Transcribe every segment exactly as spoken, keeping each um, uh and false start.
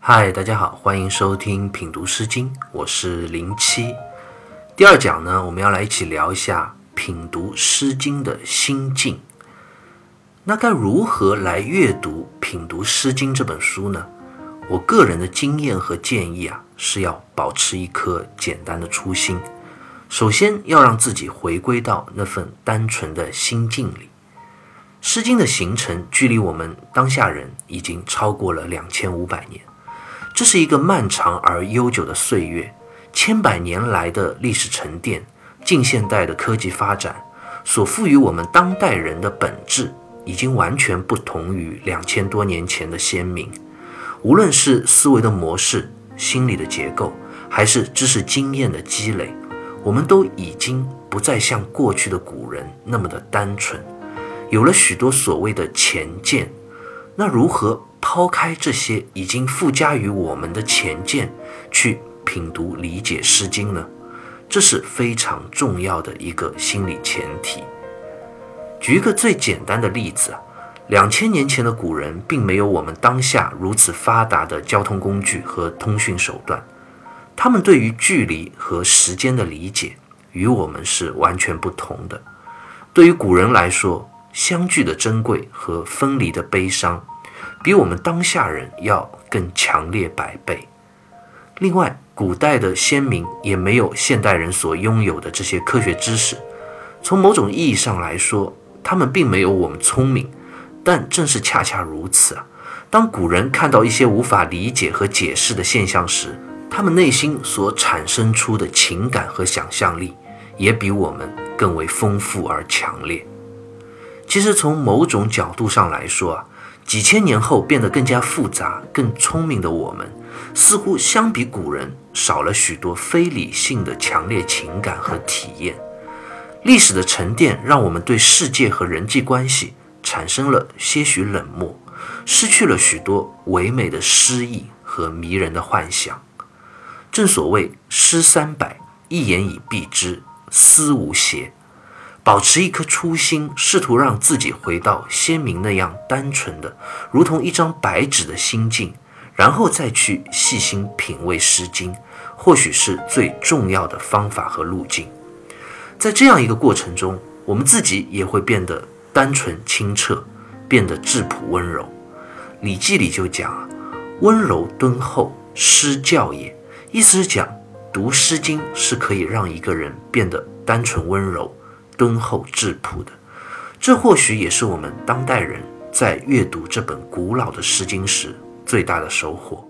嗨，大家好，欢迎收听品读诗经，我是零七。第二讲呢，我们要来一起聊一下品读诗经的心境。那该如何来阅读品读诗经这本书呢？我个人的经验和建议啊，是要保持一颗简单的初心。首先要让自己回归到那份单纯的心境里。诗经的形成距离我们当下人已经超过了两千五百年，这是一个漫长而悠久的岁月，千百年来的历史沉淀，近现代的科技发展所赋予我们当代人的本质，已经完全不同于两千多年前的先民。无论是思维的模式、心理的结构，还是知识经验的积累，我们都已经不再像过去的古人那么的单纯，有了许多所谓的前见。那如何抛开这些已经附加于我们的前见，去品读理解诗经呢？这是非常重要的一个心理前提。举一个最简单的例子啊，两千年前的古人并没有我们当下如此发达的交通工具和通讯手段，他们对于距离和时间的理解与我们是完全不同的。对于古人来说，相聚的珍贵和分离的悲伤比我们当下人要更强烈百倍。另外，古代的先民也没有现代人所拥有的这些科学知识，从某种意义上来说，他们并没有我们聪明，但正是恰恰如此啊，当古人看到一些无法理解和解释的现象时，他们内心所产生出的情感和想象力也比我们更为丰富而强烈。其实从某种角度上来说啊，几千年后变得更加复杂、更聪明的我们，似乎相比古人少了许多非理性的强烈情感和体验。历史的沉淀让我们对世界和人际关系产生了些许冷漠，失去了许多唯美的诗意和迷人的幻想。正所谓诗三百，一言以蔽之，思无邪。保持一颗初心，试图让自己回到先民那样单纯的如同一张白纸的心境，然后再去细心品味诗经，或许是最重要的方法和路径。在这样一个过程中，我们自己也会变得单纯清澈，变得质朴温柔。礼记里就讲啊，温柔敦厚，诗教也。意思是讲，读诗经是可以让一个人变得单纯温柔、敦厚质朴的。这或许也是我们当代人在阅读这本古老的诗经时最大的收获。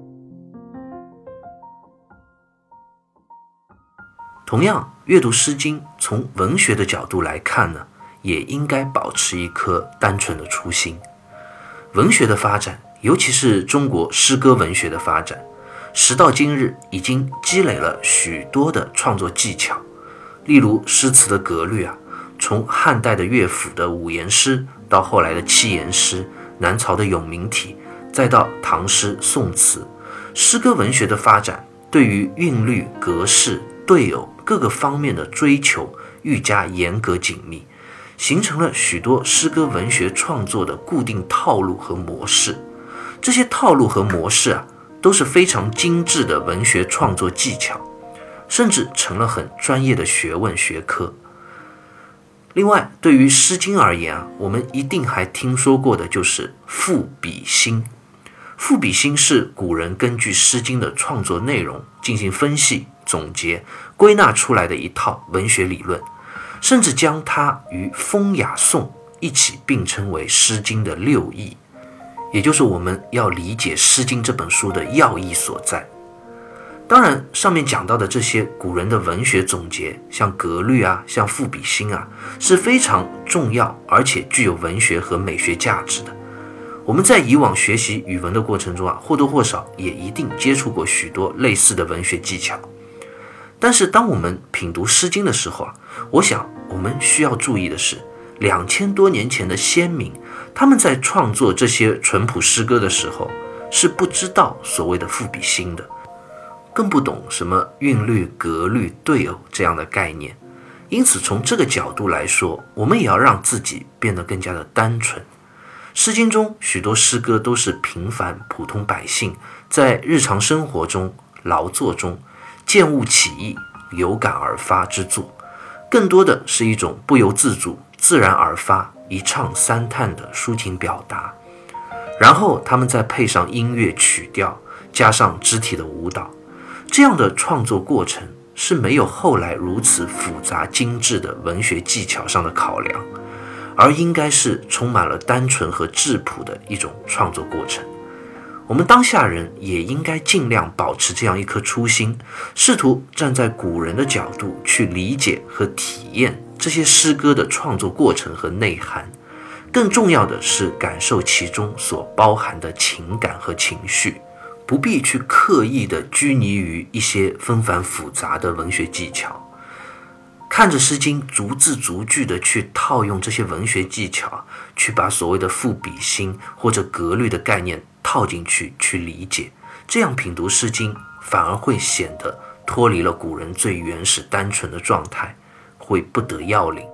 同样，阅读诗经从文学的角度来看呢，也应该保持一颗单纯的初心。文学的发展，尤其是中国诗歌文学的发展，时到今日已经积累了许多的创作技巧。例如诗词的格律啊，从汉代的乐府的五言诗，到后来的七言诗，南朝的咏鸣体，再到唐诗宋词，诗歌文学的发展对于韵律、格式、对偶各个方面的追求愈加严格紧密，形成了许多诗歌文学创作的固定套路和模式。这些套路和模式啊，都是非常精致的文学创作技巧，甚至成了很专业的学问学科。另外，对于诗经而言啊，我们一定还听说过的就是赋比兴。赋比兴是古人根据诗经的创作内容进行分析、总结、归纳出来的一套文学理论，甚至将它与风雅颂一起并称为诗经的六艺，也就是我们要理解诗经这本书的要义所在。当然，上面讲到的这些古人的文学总结，像格律啊，像赋比兴啊，是非常重要而且具有文学和美学价值的。我们在以往学习语文的过程中啊，或多或少也一定接触过许多类似的文学技巧。但是当我们品读诗经的时候啊，我想我们需要注意的是，两千多年前的先民，他们在创作这些淳朴诗歌的时候，是不知道所谓的赋比兴的，更不懂什么韵律、格律、对偶这样的概念。因此从这个角度来说，我们也要让自己变得更加的单纯。诗经中许多诗歌都是平凡普通百姓在日常生活中、劳作中见物起意、有感而发之作，更多的是一种不由自主、自然而发、一唱三叹的抒情表达。然后他们再配上音乐曲调，加上肢体的舞蹈，这样的创作过程是没有后来如此复杂精致的文学技巧上的考量，而应该是充满了单纯和质朴的一种创作过程。我们当下人也应该尽量保持这样一颗初心，试图站在古人的角度去理解和体验这些诗歌的创作过程和内涵，更重要的是感受其中所包含的情感和情绪，不必去刻意的拘泥于一些纷繁复杂的文学技巧。看着《诗经》逐字逐句的去套用这些文学技巧，去把所谓的赋比兴或者格律的概念套进去去理解，这样品读《诗经》反而会显得脱离了古人最原始单纯的状态，会不得要领。《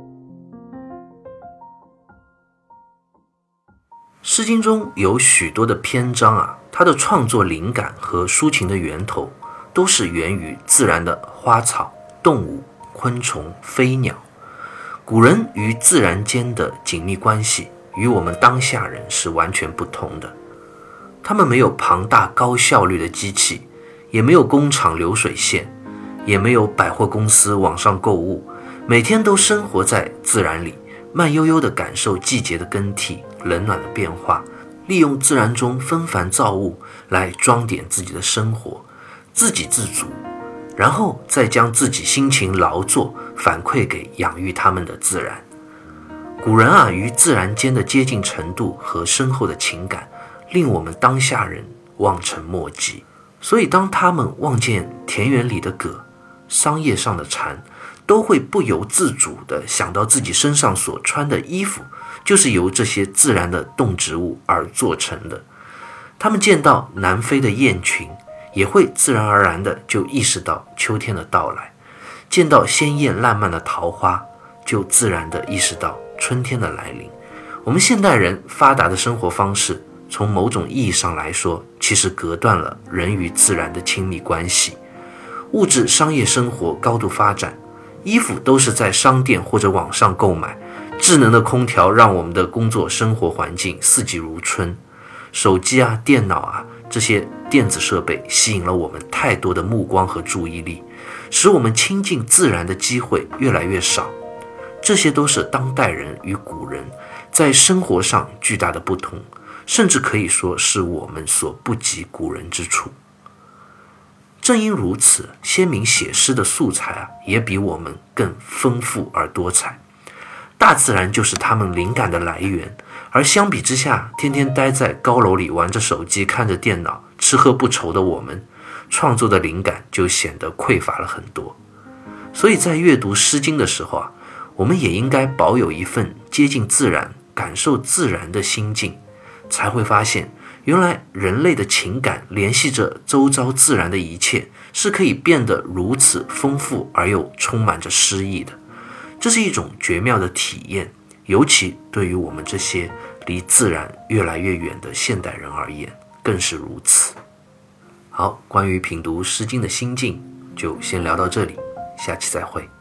诗经》中有许多的篇章啊，它的创作灵感和抒情的源头都是源于自然的花草、动物、昆虫、飞鸟。古人与自然间的紧密关系与我们当下人是完全不同的。他们没有庞大高效率的机器，也没有工厂流水线，也没有百货公司网上购物，每天都生活在自然里，慢悠悠地感受季节的更替、冷暖的变化，利用自然中纷繁造物来装点自己的生活，自给自足，然后再将自己辛勤劳作反馈给养育他们的自然。古人啊，与自然间的接近程度和深厚的情感，令我们当下人望尘莫及。所以当他们望见田园里的葛、桑叶上的蝉，都会不由自主地想到自己身上所穿的衣服就是由这些自然的动植物而做成的。他们见到南飞的雁群，也会自然而然地就意识到秋天的到来，见到鲜艳烂漫的桃花，就自然地意识到春天的来临。我们现代人发达的生活方式，从某种意义上来说，其实隔断了人与自然的亲密关系。物质商业生活高度发展，衣服都是在商店或者网上购买，智能的空调让我们的工作生活环境四季如春，手机啊、电脑啊，这些电子设备吸引了我们太多的目光和注意力，使我们亲近自然的机会越来越少。这些都是当代人与古人在生活上巨大的不同，甚至可以说是我们所不及古人之处。正因如此，先民写诗的素材啊，也比我们更丰富而多彩。大自然就是他们灵感的来源，而相比之下，天天待在高楼里玩着手机、看着电脑、吃喝不愁的我们，创作的灵感就显得匮乏了很多。所以在阅读《诗经》的时候啊，我们也应该保有一份接近自然、感受自然的心境，才会发现原来人类的情感联系着周遭自然的一切，是可以变得如此丰富而又充满着诗意的。这是一种绝妙的体验，尤其对于我们这些离自然越来越远的现代人而言，更是如此。好，关于品读《诗经》的心境，就先聊到这里，下期再会。